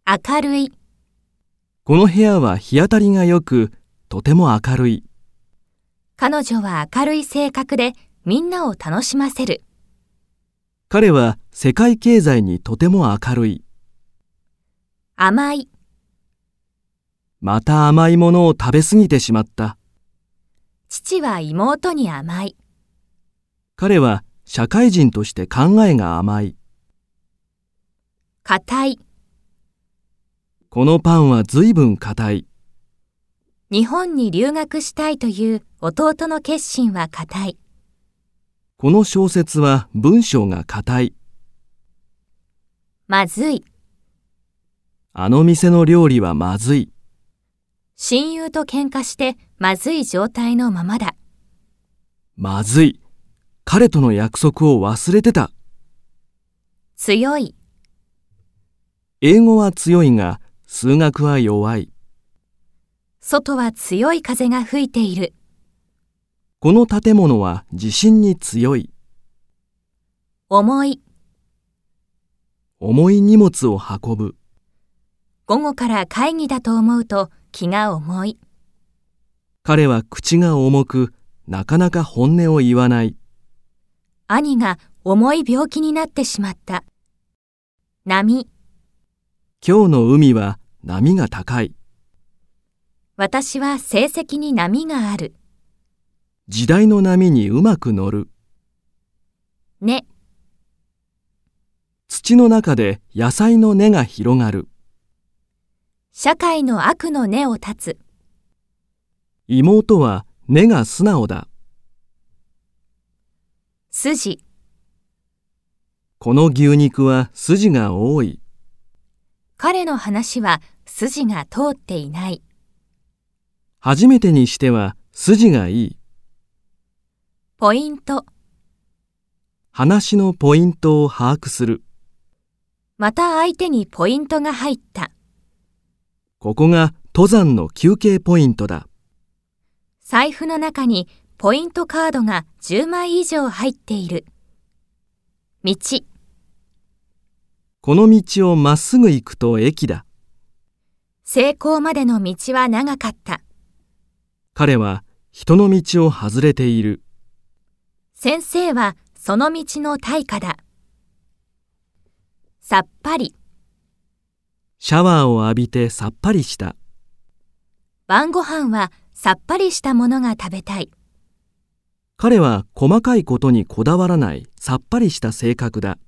明るい。 この部屋は日当たりが良く、とても明るい。 彼女は明るい性格でみんなを楽しませる。 彼は世界経済にとても明るい。 甘い。 また甘いものを食べ過ぎてしまった。 父は妹に甘い。 彼は社会人として考えが甘い。 硬い。 このパンはずいぶん硬い。 日本に留学したいという弟の決心は固い。 この小説は文章が硬い。 まずい。 あの店の料理はまずい。 親友と喧嘩してまずい状態のままだ。 まずい。彼との約束を忘れてた。 強い。 英語は強いが、数学は弱い。 外は強い風が吹いている。 この建物は地震に強い。 重い。 重い荷物を運ぶ。 午後から会議だと思うと気が重い。 彼は口が重く、なかなか本音を言わない。 兄が重い病気になってしまった。波。 今日の海は波が高い。 私は成績に波がある。 時代の波にうまく乗る。 根。 土の中で野菜の根が広がる。 社会の悪の根を断つ。 妹は根が素直だ。 筋。 この牛肉は筋が多い。 彼の話は筋が通っていない。 初めてにしては筋がいい。 ポイント。 話のポイントを把握する。 また相手にポイントが入った。 ここが登山の休憩ポイントだ。 財布の中にポイントカードが10枚以上入っている。道。 この道をまっすぐ行くと駅だ。 成功までの道は長かった。 彼は人の道を外れている。 先生はその道の対価だ。さっぱり。 シャワーを浴びてさっぱりした。 晩ご飯はさっぱりしたものが食べたい。 彼は細かいことにこだわらないさっぱりした性格だ。